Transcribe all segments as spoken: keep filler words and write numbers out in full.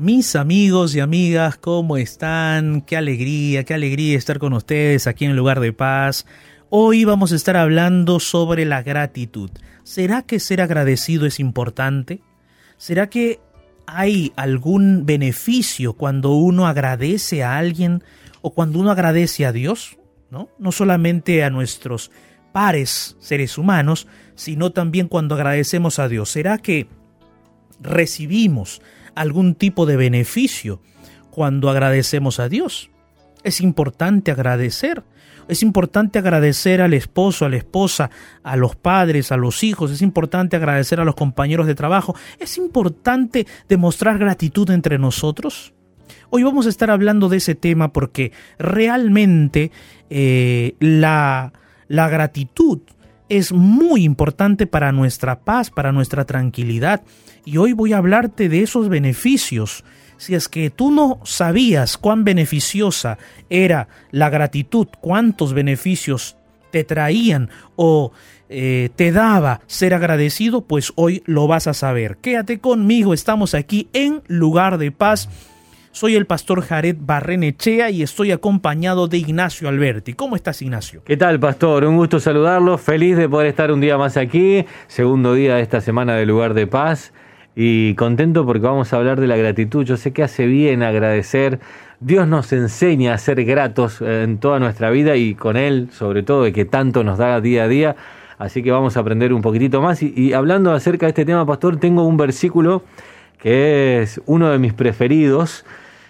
Mis amigos y amigas, ¿cómo están? Qué alegría, qué alegría estar con ustedes aquí en Lugar de Paz. Hoy vamos a estar hablando sobre la gratitud. ¿Será que ser agradecido es importante? ¿Será que hay algún beneficio cuando uno agradece a alguien o cuando uno agradece a Dios? ¿No? No solamente a nuestros pares, seres humanos, sino también cuando agradecemos a Dios. ¿Será que recibimos algún tipo de beneficio cuando agradecemos a Dios? Es importante agradecer. Es importante agradecer al esposo, a la esposa, a los padres, a los hijos. Es importante agradecer a los compañeros de trabajo. Es importante demostrar gratitud entre nosotros. Hoy vamos a estar hablando de ese tema porque realmente eh, la, la gratitud es muy importante para nuestra paz, para nuestra tranquilidad. Y hoy voy a hablarte de esos beneficios. Si es que tú no sabías cuán beneficiosa era la gratitud, cuántos beneficios te traían o eh, te daba ser agradecido, pues hoy lo vas a saber. Quédate conmigo, estamos aquí en Lugar de Paz. Soy el pastor Jared Barrenechea y estoy acompañado de Ignacio Alberti. ¿Cómo estás, Ignacio? ¿Qué tal, pastor? Un gusto saludarlo. Feliz de poder estar un día más aquí. Segundo día de esta semana de Lugar de Paz. Y contento porque vamos a hablar de la gratitud. Yo sé que hace bien agradecer. Dios nos enseña a ser gratos en toda nuestra vida y con Él, sobre todo, de que tanto nos da día a día. Así que vamos a aprender un poquitito más. Y, y hablando acerca de este tema, pastor, tengo un versículo que es uno de mis preferidos,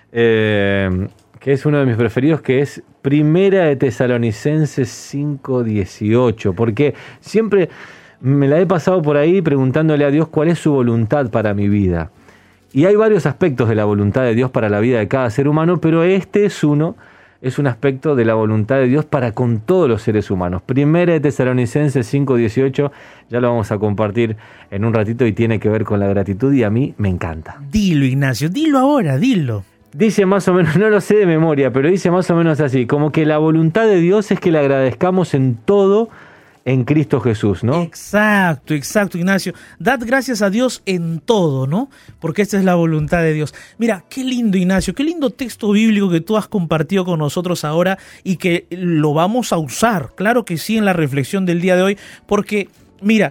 eh, que es uno de mis preferidos, que es Primera de Tesalonicenses cinco dieciocho, porque siempre me la he pasado por ahí preguntándole a Dios cuál es su voluntad para mi vida. Y hay varios aspectos de la voluntad de Dios para la vida de cada ser humano, pero este es uno, es un aspecto de la voluntad de Dios para con todos los seres humanos. Primera de Tesalonicenses cinco dieciocho, ya lo vamos a compartir en un ratito y tiene que ver con la gratitud y a mí me encanta. Dilo, Ignacio, dilo ahora, dilo. Dice más o menos, no lo sé de memoria, pero dice más o menos así, como que la voluntad de Dios es que le agradezcamos en todo en Cristo Jesús, ¿no? Exacto, exacto, Ignacio. Dad gracias a Dios en todo, ¿no? Porque esta es la voluntad de Dios. Mira, qué lindo, Ignacio, qué lindo texto bíblico que tú has compartido con nosotros ahora y que lo vamos a usar, claro que sí, en la reflexión del día de hoy, porque, mira,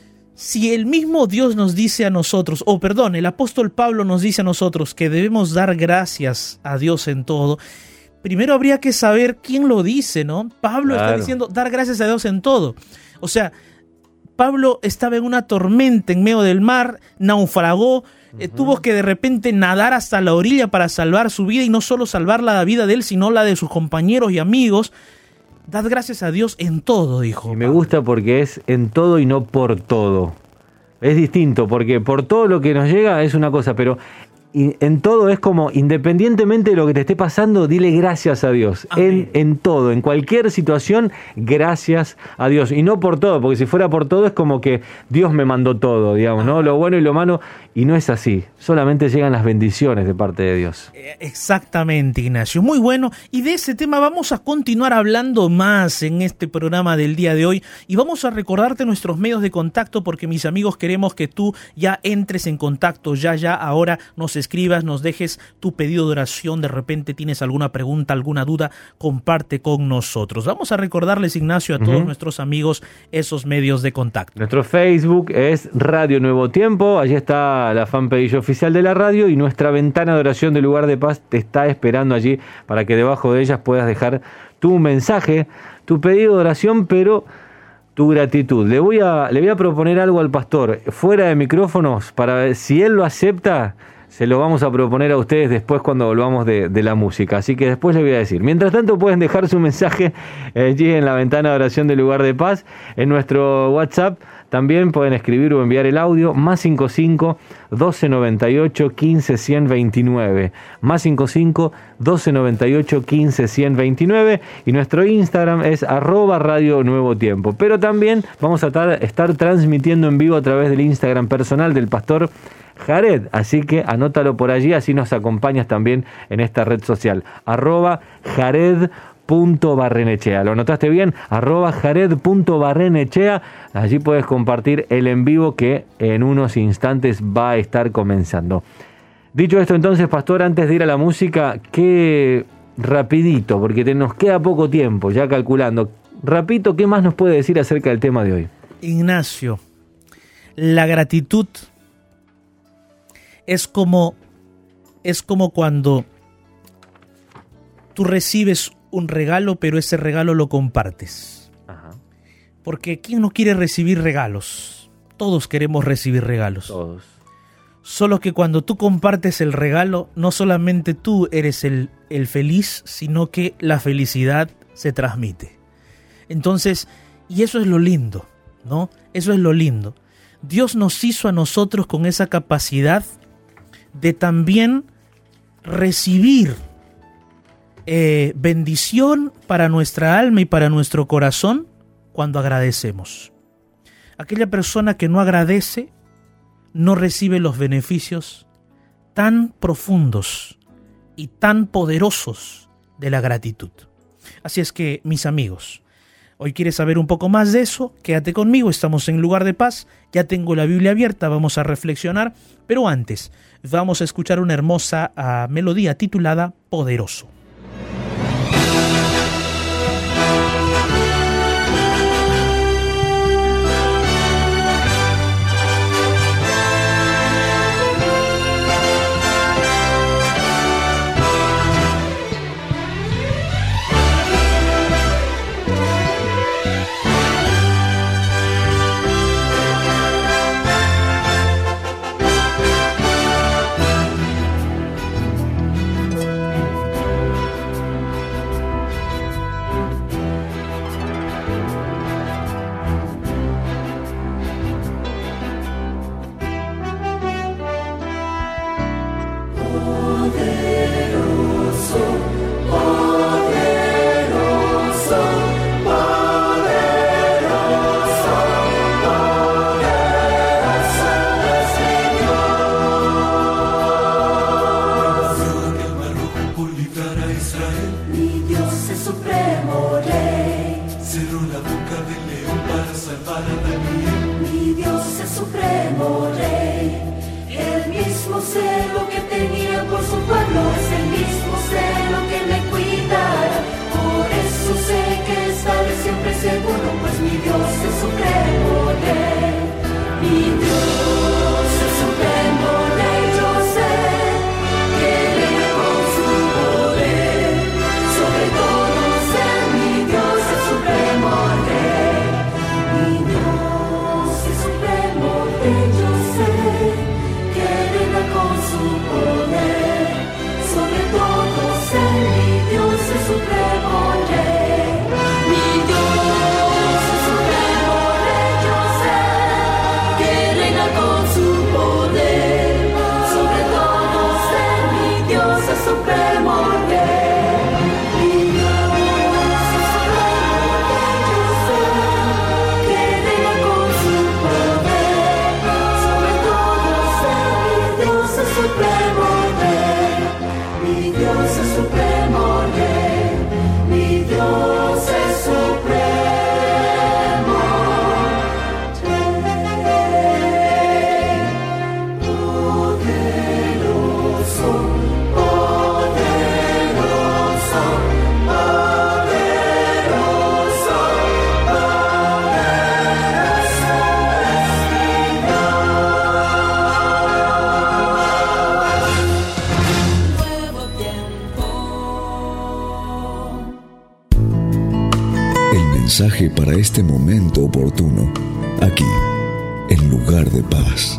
si el mismo Dios nos dice a nosotros, o perdón, el apóstol Pablo nos dice a nosotros que debemos dar gracias a Dios en todo, primero habría que saber quién lo dice, ¿no? Pablo claro. Está diciendo dar gracias a Dios en todo. O sea, Pablo estaba en una tormenta en medio del mar, naufragó, uh-huh. eh, tuvo que de repente nadar hasta la orilla para salvar su vida y no solo salvar la vida de él, sino la de sus compañeros y amigos. Dad gracias a Dios en todo, dijo. Y me gusta porque es en todo y no por todo. Es distinto porque por todo lo que nos llega es una cosa, pero en todo es como, independientemente de lo que te esté pasando, dile gracias a Dios. En, en todo, en cualquier situación, gracias a Dios. Y no por todo, porque si fuera por todo es como que Dios me mandó todo, digamos, ¿no? Lo bueno y lo malo, y no es así. Solamente llegan las bendiciones de parte de Dios. Exactamente, Ignacio. Muy bueno. Y de ese tema vamos a continuar hablando más en este programa del día de hoy. Y vamos a recordarte nuestros medios de contacto, porque mis amigos queremos que tú ya entres en contacto, ya, ya, ahora nos escribas, nos dejes tu pedido de oración, de repente tienes alguna pregunta, alguna duda, comparte con nosotros. Vamos a recordarles, Ignacio, a todos uh-huh. nuestros amigos esos medios de contacto. Nuestro Facebook es Radio Nuevo Tiempo, allí está la fanpage oficial de la radio y nuestra ventana de oración de Lugar de Paz te está esperando allí para que debajo de ellas puedas dejar tu mensaje, tu pedido de oración, pero tu gratitud. Le voy a, le voy a proponer algo al pastor fuera de micrófonos para ver si él lo acepta. Se lo vamos a proponer a ustedes después cuando volvamos de, de la música. Así que después les voy a decir. Mientras tanto pueden dejar su mensaje allí en la ventana de oración del Lugar de Paz. En nuestro WhatsApp también pueden escribir o enviar el audio. Más cincuenta y cinco, doce noventa y ocho, quince, ciento veintinueve. Más cincuenta y cinco, doce noventa y ocho, quince, ciento veintinueve. Y nuestro Instagram es arroba Radio Nuevo Tiempo. Pero también vamos a tar, estar transmitiendo en vivo a través del Instagram personal del pastor Jared, así que anótalo por allí, así nos acompañas también en esta red social, arroba jared.barrenechea. ¿Lo anotaste bien? Arroba jared.barrenechea. Allí puedes compartir el en vivo que en unos instantes va a estar comenzando. Dicho esto entonces, pastor, antes de ir a la música, qué rapidito, porque te, nos queda poco tiempo, ya calculando. Rapidito, ¿qué más nos puede decir acerca del tema de hoy? Ignacio, la gratitud es como, es como cuando tú recibes un regalo, pero ese regalo lo compartes. Ajá. Porque ¿quién no quiere recibir regalos? Todos queremos recibir regalos. Todos. Solo que cuando tú compartes el regalo, no solamente tú eres el, el feliz, sino que la felicidad se transmite. Entonces, y eso es lo lindo, ¿no? Eso es lo lindo. Dios nos hizo a nosotros con esa capacidad de también recibir eh, bendición para nuestra alma y para nuestro corazón cuando agradecemos. Aquella persona que no agradece no recibe los beneficios tan profundos y tan poderosos de la gratitud. Así es que, mis amigos, hoy quieres saber un poco más de eso, quédate conmigo, estamos en Lugar de Paz, ya tengo la Biblia abierta, vamos a reflexionar, pero antes vamos a escuchar una hermosa uh, melodía titulada Poderoso. Mensaje para este momento oportuno, aquí, en Lugar de Paz.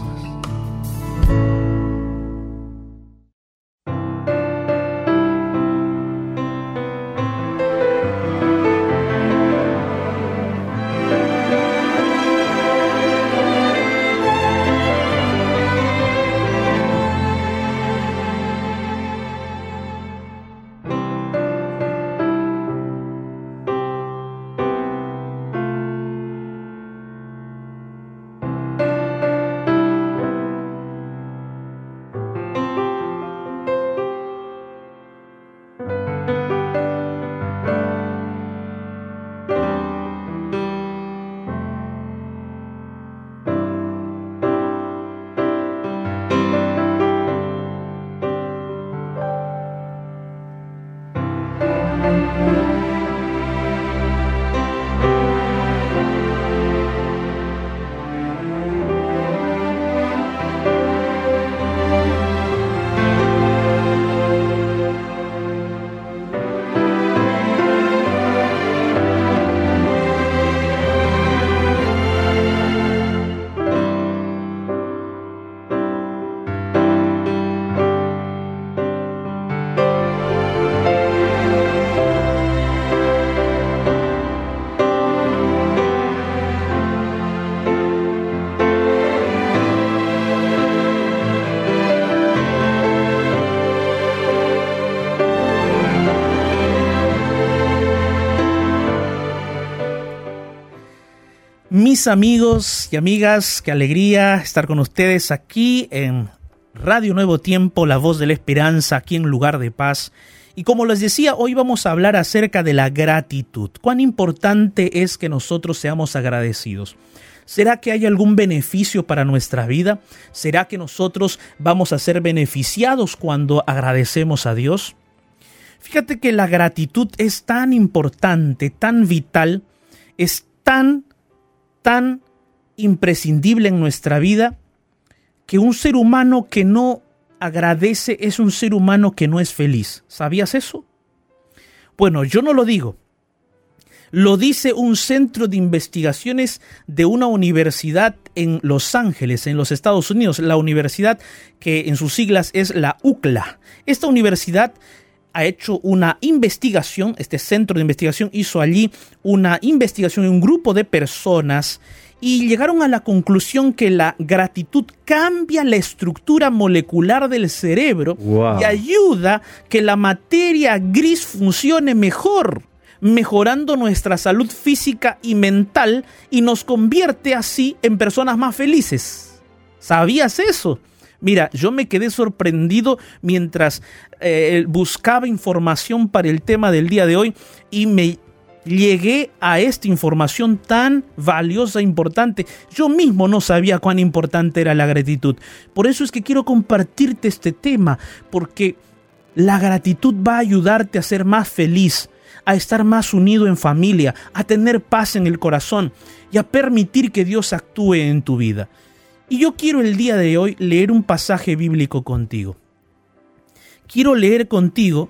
Mis amigos y amigas, qué alegría estar con ustedes aquí en Radio Nuevo Tiempo, la voz de la esperanza, aquí en Lugar de Paz. Y como les decía, hoy vamos a hablar acerca de la gratitud. ¿Cuán importante es que nosotros seamos agradecidos? ¿Será que hay algún beneficio para nuestra vida? ¿Será que nosotros vamos a ser beneficiados cuando agradecemos a Dios? Fíjate que la gratitud es tan importante, tan vital, es tan tan imprescindible en nuestra vida, que un ser humano que no agradece es un ser humano que no es feliz. ¿Sabías eso? Bueno, yo no lo digo. Lo dice un centro de investigaciones de una universidad en Los Ángeles, en los Estados Unidos, la universidad que en sus siglas es la U C L A. Esta universidad ha hecho una investigación, este centro de investigación hizo allí una investigación en un grupo de personas y llegaron a la conclusión que la gratitud cambia la estructura molecular del cerebro. Wow. Y ayuda a que la materia gris funcione mejor, mejorando nuestra salud física y mental y nos convierte así en personas más felices. ¿Sabías eso? Mira, yo me quedé sorprendido mientras eh, buscaba información para el tema del día de hoy y me llegué a esta información tan valiosa e importante. Yo mismo no sabía cuán importante era la gratitud. Por eso es que quiero compartirte este tema, porque la gratitud va a ayudarte a ser más feliz, a estar más unido en familia, a tener paz en el corazón y a permitir que Dios actúe en tu vida. Y yo quiero el día de hoy leer un pasaje bíblico contigo. Quiero leer contigo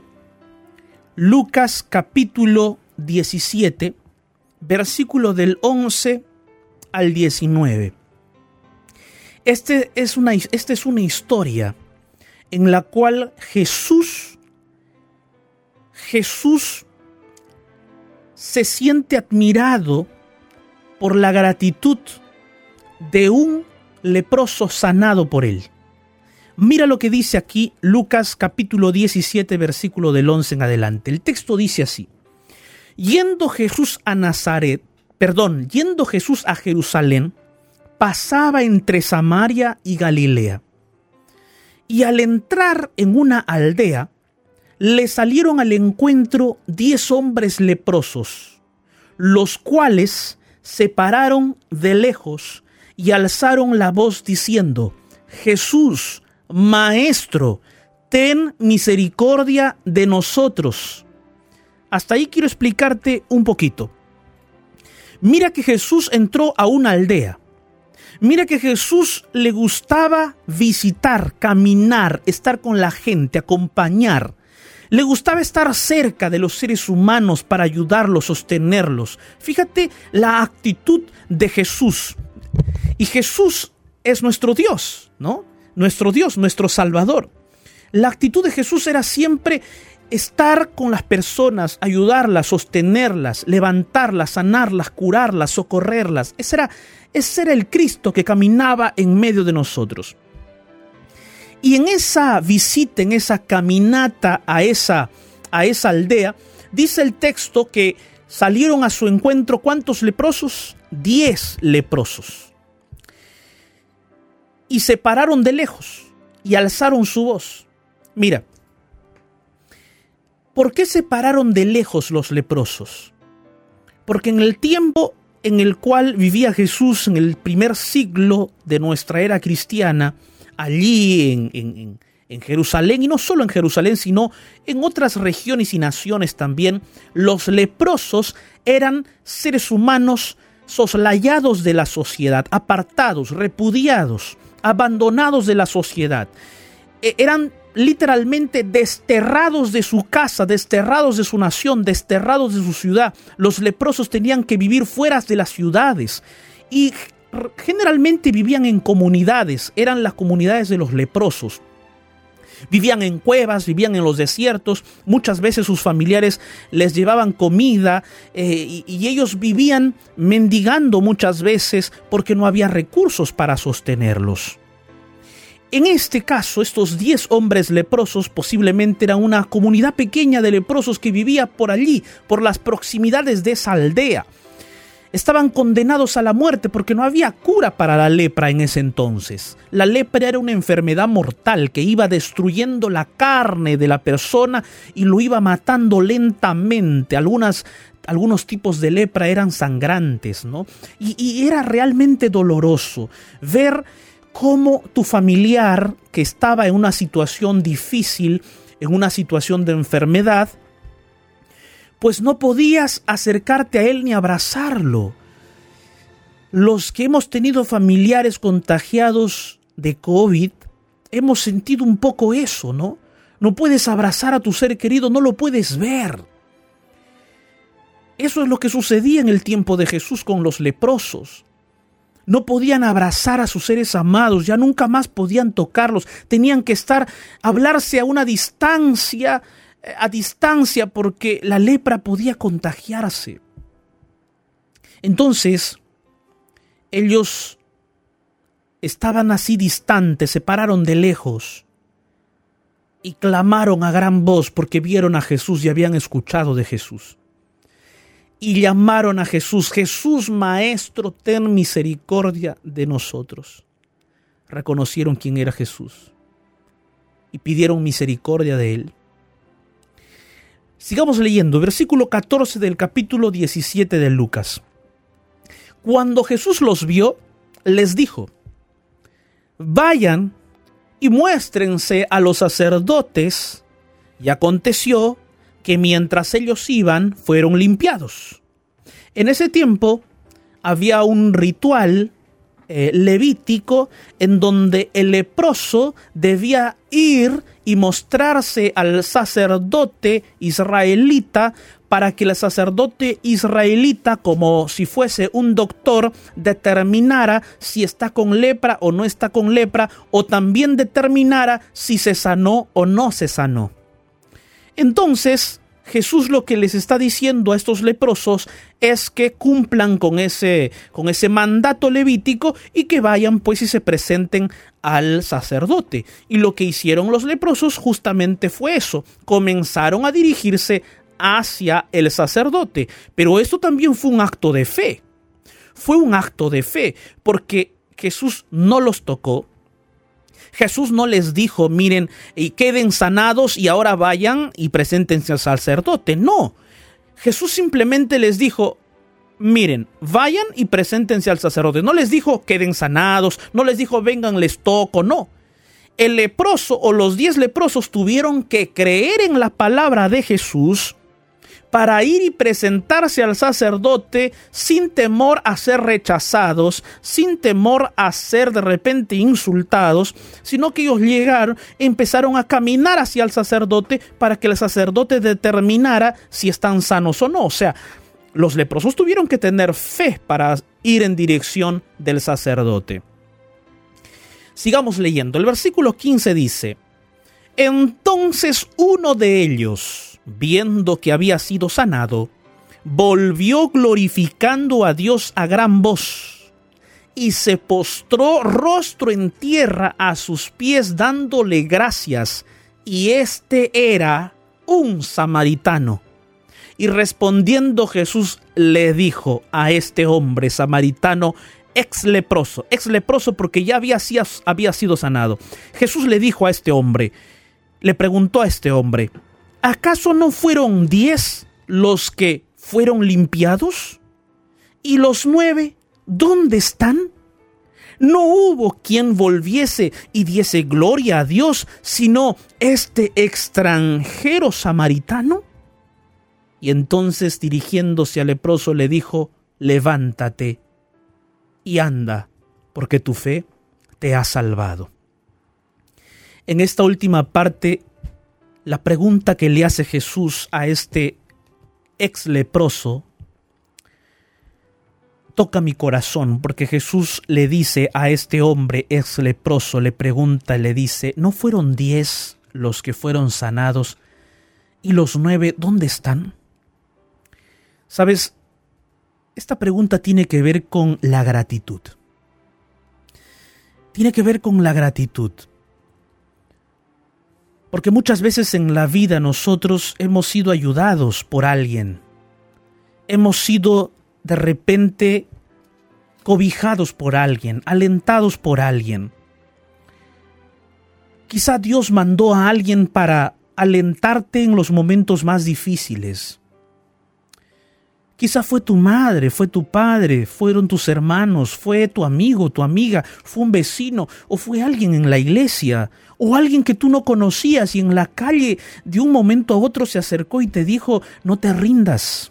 Lucas capítulo diecisiete, versículo del once al diecinueve. Este es una, esta es una historia en la cual Jesús, Jesús se siente admirado por la gratitud de un leproso sanado por él. Mira lo que dice aquí Lucas capítulo diecisiete, versículo del once en adelante. El texto dice así: Yendo Jesús a Nazaret, perdón, yendo Jesús a Jerusalén, pasaba entre Samaria y Galilea. Y al entrar en una aldea, le salieron al encuentro diez hombres leprosos, los cuales se pararon de lejos y alzaron la voz diciendo: Jesús, Maestro, ten misericordia de nosotros. Hasta ahí quiero explicarte un poquito. Mira que Jesús entró a una aldea. Mira que Jesús le gustaba visitar, caminar, estar con la gente, acompañar. Le gustaba estar cerca de los seres humanos para ayudarlos, sostenerlos. Fíjate la actitud de Jesús. Y Jesús es nuestro Dios, ¿no? Nuestro Dios, nuestro Salvador. La actitud de Jesús era siempre estar con las personas, ayudarlas, sostenerlas, levantarlas, sanarlas, curarlas, socorrerlas. Ese era, ese era el Cristo que caminaba en medio de nosotros. Y en esa visita, en esa caminata a esa, a esa aldea, dice el texto que salieron a su encuentro, ¿cuántos leprosos? Diez leprosos. Y se pararon de lejos y alzaron su voz. Mira, ¿por qué se pararon de lejos los leprosos? Porque en el tiempo en el cual vivía Jesús, en el primer siglo de nuestra era cristiana, allí en, en, en Jerusalén, y no solo en Jerusalén, sino en otras regiones y naciones también, los leprosos eran seres humanos soslayados de la sociedad, apartados, repudiados, abandonados de la sociedad. E- eran literalmente desterrados de su casa, desterrados de su nación, desterrados de su ciudad. Los leprosos tenían que vivir fuera de las ciudades y generalmente vivían en comunidades, eran las comunidades de los leprosos. Vivían en cuevas, vivían en los desiertos, muchas veces sus familiares les llevaban comida eh, y, y ellos vivían mendigando muchas veces porque no había recursos para sostenerlos. En este caso, estos diez hombres leprosos posiblemente eran una comunidad pequeña de leprosos que vivía por allí, por las proximidades de esa aldea. estaban condenados a la muerte porque no había cura para la lepra en ese entonces. La lepra era una enfermedad mortal que iba destruyendo la carne de la persona y lo iba matando lentamente. Algunas, algunos tipos de lepra eran sangrantes, ¿no? Y, y era realmente doloroso ver cómo tu familiar que estaba en una situación difícil, en una situación de enfermedad, pues no podías acercarte a él ni abrazarlo. Los que hemos tenido familiares contagiados de COVID, hemos sentido un poco eso, ¿no? No puedes abrazar a tu ser querido, no lo puedes ver. Eso es lo que sucedía en el tiempo de Jesús con los leprosos. No podían abrazar a sus seres amados, ya nunca más podían tocarlos. Tenían que estar, hablarse a una distancia, a distancia porque la lepra podía contagiarse. Entonces, ellos estaban así distantes, se pararon de lejos y clamaron a gran voz porque vieron a Jesús y habían escuchado de Jesús. Y llamaron a Jesús: Jesús, Maestro, ten misericordia de nosotros. Reconocieron quién era Jesús y pidieron misericordia de él. Sigamos leyendo, versículo catorce del capítulo diecisiete de Lucas. Cuando Jesús los vio, les dijo: vayan y muéstrense a los sacerdotes. Y aconteció que mientras ellos iban, fueron limpiados. En ese tiempo había un ritual eh, levítico en donde el leproso debía ir y mostrarse al sacerdote israelita para que el sacerdote israelita, como si fuese un doctor, determinara si está con lepra o no está con lepra, o también determinara si se sanó o no se sanó. Entonces, Jesús lo que les está diciendo a estos leprosos es que cumplan con ese, con ese mandato levítico y que vayan pues y se presenten al sacerdote. Y lo que hicieron los leprosos justamente fue eso. Comenzaron a dirigirse hacia el sacerdote. Pero esto también fue un acto de fe. Fue un acto de fe porque Jesús no los tocó. Jesús no les dijo: miren, y queden sanados y ahora vayan y preséntense al sacerdote. No, Jesús simplemente les dijo: miren, vayan y preséntense al sacerdote. No les dijo: queden sanados, no les dijo: vengan, les toco, no. El leproso o los diez leprosos tuvieron que creer en la palabra de Jesús para ir y presentarse al sacerdote sin temor a ser rechazados, sin temor a ser de repente insultados, sino que ellos llegaron, empezaron a caminar hacia el sacerdote para que el sacerdote determinara si están sanos o no. O sea, los leprosos tuvieron que tener fe para ir en dirección del sacerdote. Sigamos leyendo. El versículo quince dice: entonces uno de ellos, viendo que había sido sanado, volvió glorificando a Dios a gran voz y se postró rostro en tierra a sus pies dándole gracias. Y este era un samaritano. Y respondiendo Jesús le dijo a este hombre samaritano, ex leproso, ex leproso porque ya había, había sido sanado. Jesús le dijo a este hombre, le preguntó a este hombre: ¿acaso no fueron diez los que fueron limpiados? ¿Y los nueve dónde están? No hubo quien volviese y diese gloria a Dios, sino este extranjero samaritano. Y entonces, dirigiéndose al leproso, le dijo: levántate y anda, porque tu fe te ha salvado. En esta última parte, la pregunta que le hace Jesús a este ex leproso toca mi corazón, porque Jesús le dice a este hombre ex leproso, le pregunta, le dice: ¿no fueron diez los que fueron sanados? ¿Y los nueve dónde están? ¿Sabes? Esta pregunta tiene que ver con la gratitud. Tiene que ver con la gratitud. Porque muchas veces en la vida nosotros hemos sido ayudados por alguien. Hemos sido de repente cobijados por alguien, alentados por alguien. Quizá Dios mandó a alguien para alentarte en los momentos más difíciles. Quizá fue tu madre, fue tu padre, fueron tus hermanos, fue tu amigo, tu amiga, fue un vecino, o fue alguien en la iglesia, o alguien que tú no conocías y en la calle de un momento a otro se acercó y te dijo, no te rindas.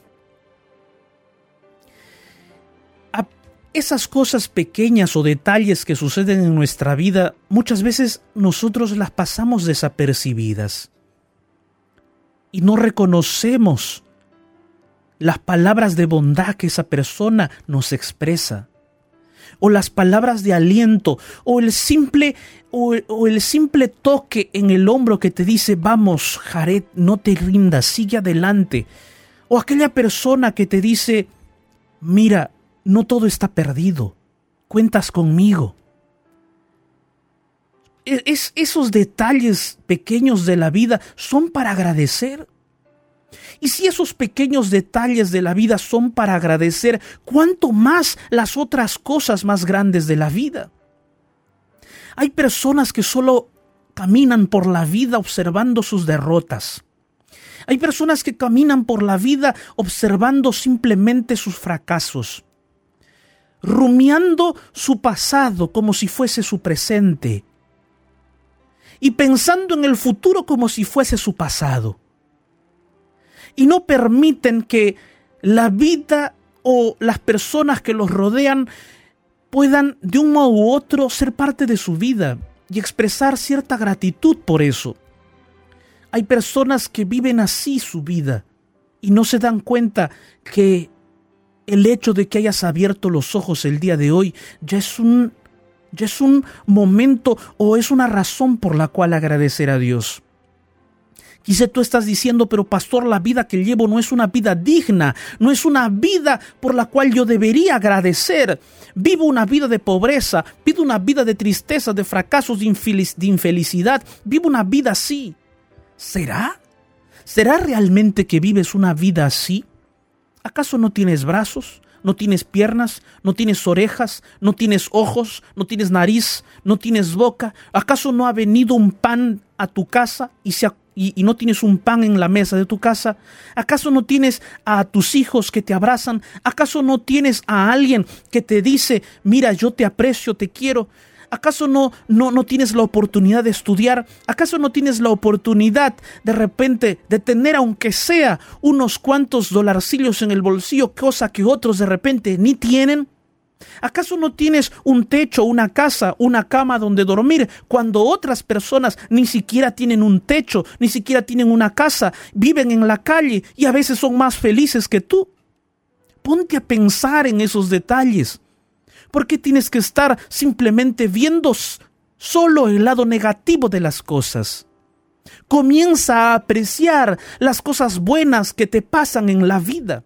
A esas cosas pequeñas o detalles que suceden en nuestra vida, muchas veces nosotros las pasamos desapercibidas y no reconocemos las palabras de bondad que esa persona nos expresa, o las palabras de aliento, o el simple, o, o el simple toque en el hombro que te dice, vamos, Jared, no te rindas, sigue adelante, o aquella persona que te dice, mira, no todo está perdido, cuentas conmigo. Es, esos detalles pequeños de la vida son para agradecer. Y si esos pequeños detalles de la vida son para agradecer, ¿cuánto más las otras cosas más grandes de la vida? Hay personas que solo caminan por la vida observando sus derrotas. Hay personas que caminan por la vida observando simplemente sus fracasos, rumiando su pasado como si fuese su presente y pensando en el futuro como si fuese su pasado. Y no permiten que la vida o las personas que los rodean puedan de un modo u otro ser parte de su vida y expresar cierta gratitud por eso. Hay personas que viven así su vida y no se dan cuenta que el hecho de que hayas abierto los ojos el día de hoy ya es un, ya es un momento o es una razón por la cual agradecer a Dios. Quizá tú estás diciendo, pero pastor, la vida que llevo no es una vida digna, no es una vida por la cual yo debería agradecer. Vivo una vida de pobreza, vivo una vida de tristeza, de fracasos, de, infelic- de infelicidad. Vivo una vida así. ¿Será? ¿Será realmente que vives una vida así? ¿Acaso no tienes brazos? ¿No tienes piernas? ¿No tienes orejas? ¿No tienes ojos? ¿No tienes nariz? ¿No tienes boca? ¿Acaso no ha venido un pan a tu casa y se ha Y, y no tienes un pan en la mesa de tu casa? ¿Acaso no tienes a tus hijos que te abrazan? ¿Acaso no tienes a alguien que te dice, mira, yo te aprecio, te quiero? ¿Acaso no, no, no tienes la oportunidad de estudiar? ¿Acaso no tienes la oportunidad de repente de tener, aunque sea unos cuantos dolarcillos en el bolsillo, cosa que otros de repente ni tienen? ¿Acaso no tienes un techo, una casa, una cama donde dormir cuando otras personas ni siquiera tienen un techo, ni siquiera tienen una casa, viven en la calle y a veces son más felices que tú? Ponte a pensar en esos detalles. ¿Por qué tienes que estar simplemente viendo solo el lado negativo de las cosas? Comienza a apreciar las cosas buenas que te pasan en la vida.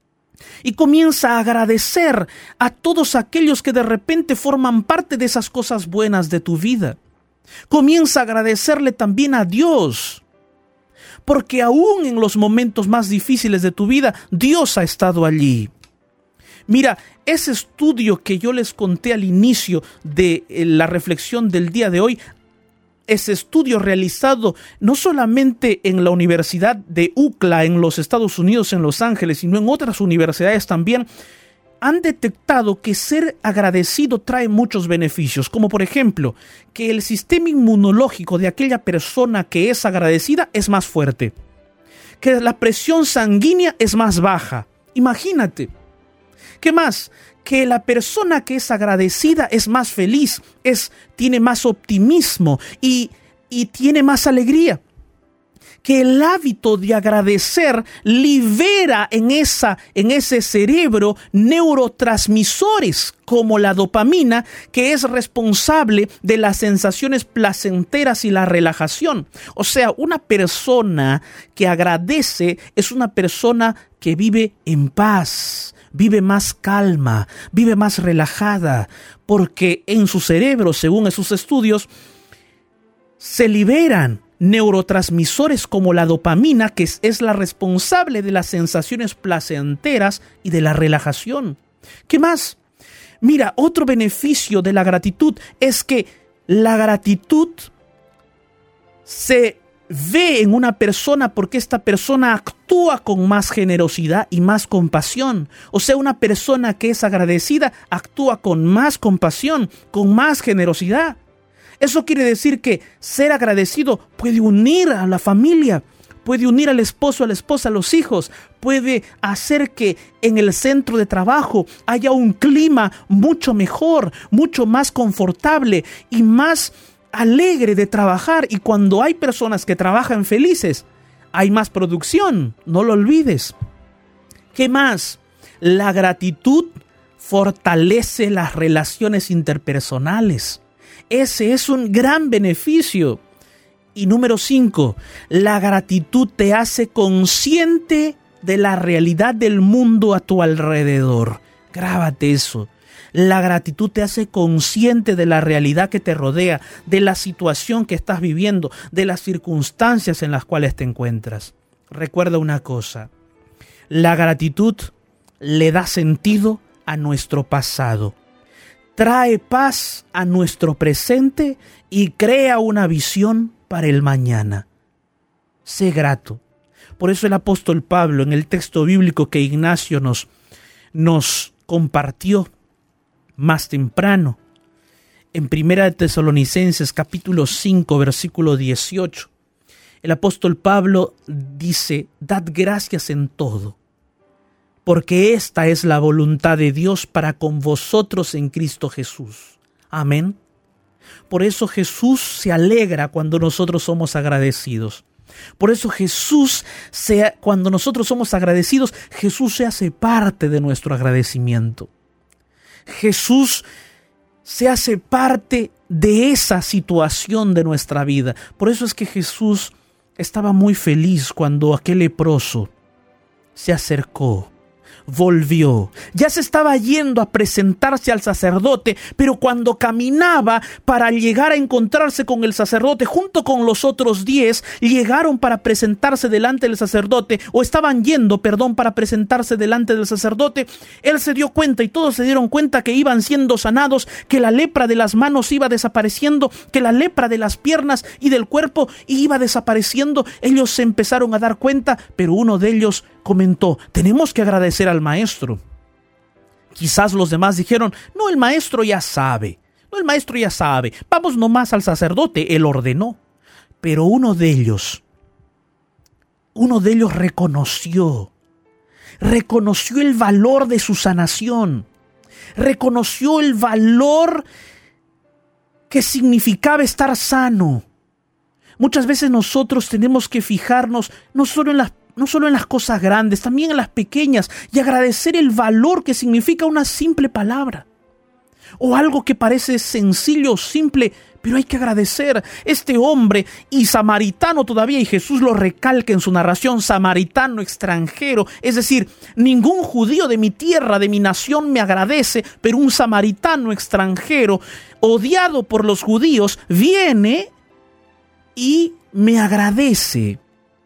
Y comienza a agradecer a todos aquellos que de repente forman parte de esas cosas buenas de tu vida. Comienza a agradecerle también a Dios, porque aún en los momentos más difíciles de tu vida, Dios ha estado allí. Mira, ese estudio que yo les conté al inicio de la reflexión del día de hoy, ese estudio realizado no solamente en la Universidad de U C L A en los Estados Unidos, en Los Ángeles, sino en otras universidades también, han detectado que ser agradecido trae muchos beneficios, como por ejemplo, que el sistema inmunológico de aquella persona que es agradecida es más fuerte, que la presión sanguínea es más baja. Imagínate. ¿Qué más? Que la persona que es agradecida es más feliz, es, tiene más optimismo y, y tiene más alegría. Que el hábito de agradecer libera en, esa, en ese cerebro neurotransmisores como la dopamina, que es responsable de las sensaciones placenteras y la relajación. O sea, una persona que agradece es una persona que vive en paz, vive más calma, vive más relajada, porque en su cerebro, según esos estudios, se liberan neurotransmisores como la dopamina, que es, es la responsable de las sensaciones placenteras y de la relajación. ¿Qué más? Mira, otro beneficio de la gratitud es que la gratitud se ve en una persona porque esta persona actúa con más generosidad y más compasión. O sea, una persona que es agradecida actúa con más compasión, con más generosidad. Eso quiere decir que ser agradecido puede unir a la familia, puede unir al esposo, a la esposa, a los hijos, puede hacer que en el centro de trabajo haya un clima mucho mejor, mucho más confortable y más alegre de trabajar. Y cuando hay personas que trabajan felices, hay más producción, no lo olvides. ¿Qué más? La gratitud fortalece las relaciones interpersonales. Ese es un gran beneficio. Y número cinco, la gratitud te hace consciente de la realidad del mundo a tu alrededor. Grábate eso. La gratitud te hace consciente de la realidad que te rodea, de la situación que estás viviendo, de las circunstancias en las cuales te encuentras. Recuerda una cosa, la gratitud le da sentido a nuestro pasado, trae paz a nuestro presente y crea una visión para el mañana. Sé grato. Por eso el apóstol Pablo, en el texto bíblico que Ignacio nos, nos compartió más temprano, en Primera de Tesalonicenses capítulo cinco, versículo dieciocho, el apóstol Pablo dice: dad gracias en todo, porque esta es la voluntad de Dios para con vosotros en Cristo Jesús. Amén. Por eso Jesús se alegra cuando nosotros somos agradecidos. Por eso Jesús, se, cuando nosotros somos agradecidos, Jesús se hace parte de nuestro agradecimiento. Jesús se hace parte de esa situación de nuestra vida. Por eso es que Jesús estaba muy feliz cuando aquel leproso se acercó, volvió. Ya se estaba yendo a presentarse al sacerdote, pero cuando caminaba para llegar a encontrarse con el sacerdote, junto con los otros diez, llegaron para presentarse delante del sacerdote, o estaban yendo, perdón, para presentarse delante del sacerdote. Él se dio cuenta y todos se dieron cuenta que iban siendo sanados, que la lepra de las manos iba desapareciendo, que la lepra de las piernas y del cuerpo iba desapareciendo. Ellos se empezaron a dar cuenta, pero uno de ellos comentó: tenemos que agradecer al maestro. Quizás los demás dijeron: no, el maestro ya sabe, no, el maestro ya sabe, vamos nomás al sacerdote, él ordenó. Pero uno de ellos, uno de ellos reconoció, reconoció el valor de su sanación, reconoció el valor que significaba estar sano. Muchas veces nosotros tenemos que fijarnos no solo en las No solo en las cosas grandes, también en las pequeñas, y agradecer el valor que significa una simple palabra. O algo que parece sencillo, simple, pero hay que agradecer. Este hombre, y samaritano todavía, y Jesús lo recalca en su narración, samaritano extranjero, es decir, ningún judío de mi tierra, de mi nación me agradece, pero un samaritano extranjero, odiado por los judíos, viene y me agradece.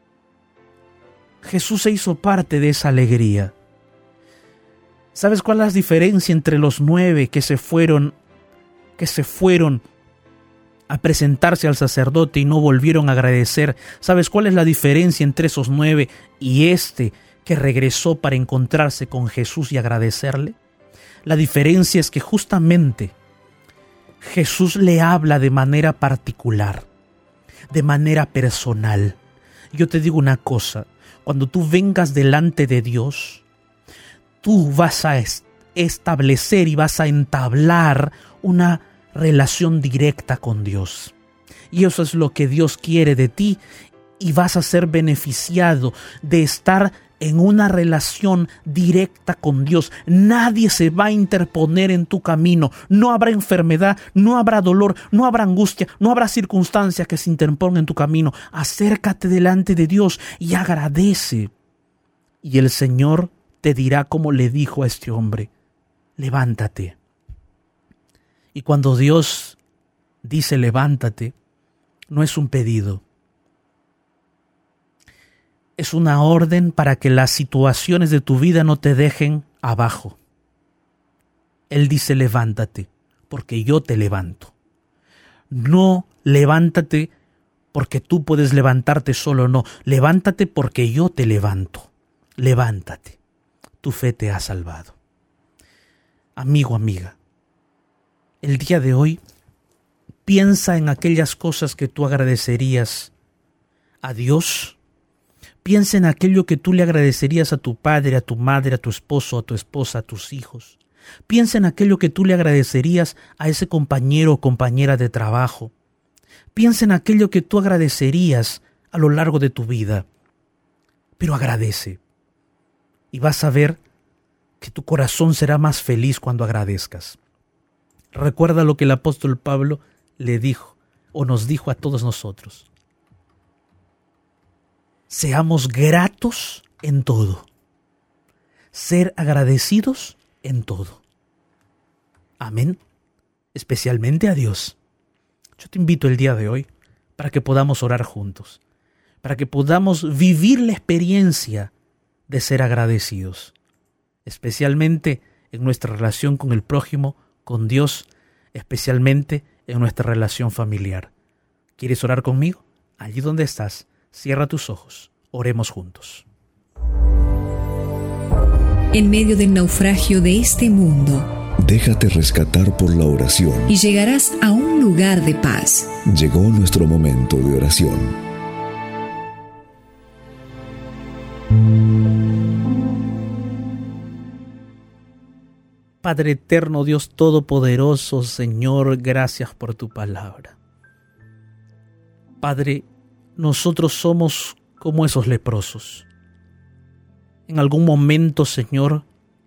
Jesús se hizo parte de esa alegría. ¿Sabes cuál es la diferencia entre los nueve que se fueron, que se fueron a presentarse al sacerdote y no volvieron a agradecer? ¿Sabes cuál es la diferencia entre esos nueve y este que regresó para encontrarse con Jesús y agradecerle? La diferencia es que justamente Jesús le habla de manera particular, de manera personal. Yo te digo una cosa: cuando tú vengas delante de Dios, tú vas a est- establecer y vas a entablar una relación directa con Dios. Y eso es lo que Dios quiere de ti, y vas a ser beneficiado de estar en una relación directa con Dios. Nadie se va a interponer en tu camino. No habrá enfermedad, no habrá dolor, no habrá angustia, no habrá circunstancia que se interponga en tu camino. Acércate delante de Dios y agradece. Y el Señor te dirá como le dijo a este hombre: levántate. Y cuando Dios dice levántate, no es un pedido, Es una orden para que las situaciones de tu vida no te dejen abajo. Él dice, levántate, porque yo te levanto. No levántate porque tú puedes levantarte solo, no. Levántate porque yo te levanto. Levántate. Tu fe te ha salvado. Amigo, amiga, el día de hoy piensa en aquellas cosas que tú agradecerías a Dios. Piensa en aquello que tú le agradecerías a tu padre, a tu madre, a tu esposo, a tu esposa, a tus hijos. Piensa en aquello que tú le agradecerías a ese compañero o compañera de trabajo. Piensa en aquello que tú agradecerías a lo largo de tu vida. Pero agradece. Y vas a ver que tu corazón será más feliz cuando agradezcas. Recuerda lo que el apóstol Pablo le dijo o nos dijo a todos nosotros. Seamos gratos en todo. Ser agradecidos en todo. Amén. Especialmente a Dios. Yo te invito el día de hoy para que podamos orar juntos, para que podamos vivir la experiencia de ser agradecidos, especialmente en nuestra relación con el prójimo, con Dios, especialmente en nuestra relación familiar. ¿Quieres orar conmigo? Allí donde estás, cierra tus ojos, oremos juntos. En medio del naufragio de este mundo, déjate rescatar por la oración y llegarás a un lugar de paz. Llegó nuestro momento de oración. Padre eterno, Dios todopoderoso, Señor, gracias por tu palabra. Padre, nosotros somos como esos leprosos. En algún momento, Señor,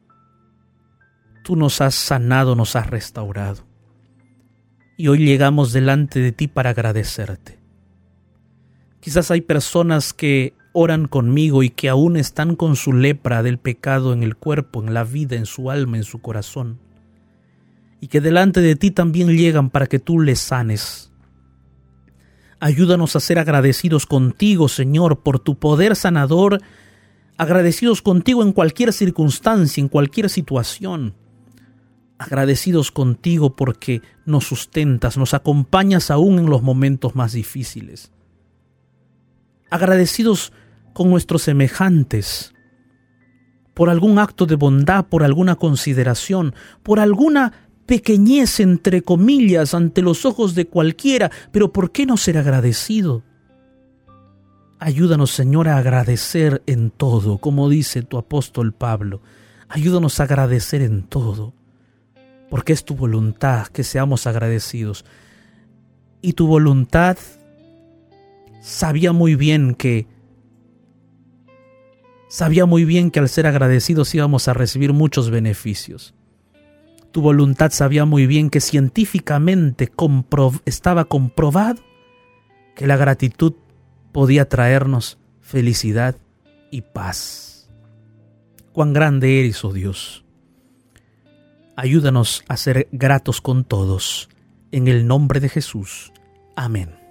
tú nos has sanado, nos has restaurado. Y hoy llegamos delante de ti para agradecerte. Quizás hay personas que oran conmigo y que aún están con su lepra del pecado en el cuerpo, en la vida, en su alma, en su corazón. Y que delante de ti también llegan para que tú les sanes. Ayúdanos a ser agradecidos contigo, Señor, por tu poder sanador. Agradecidos contigo en cualquier circunstancia, en cualquier situación. Agradecidos contigo porque nos sustentas, nos acompañas aún en los momentos más difíciles. Agradecidos con nuestros semejantes, por algún acto de bondad, por alguna consideración, por alguna pequeñez entre comillas ante los ojos de cualquiera, pero ¿por qué no ser agradecido? Ayúdanos, Señor, a agradecer en todo, como dice tu apóstol Pablo. Ayúdanos a agradecer en todo, porque es tu voluntad que seamos agradecidos. Y tu voluntad sabía muy bien que sabía muy bien que al ser agradecidos íbamos a recibir muchos beneficios. Tu voluntad sabía muy bien que científicamente compro- estaba comprobado que la gratitud podía traernos felicidad y paz. Cuán grande eres, oh Dios. Ayúdanos a ser gratos con todos. En el nombre de Jesús. Amén.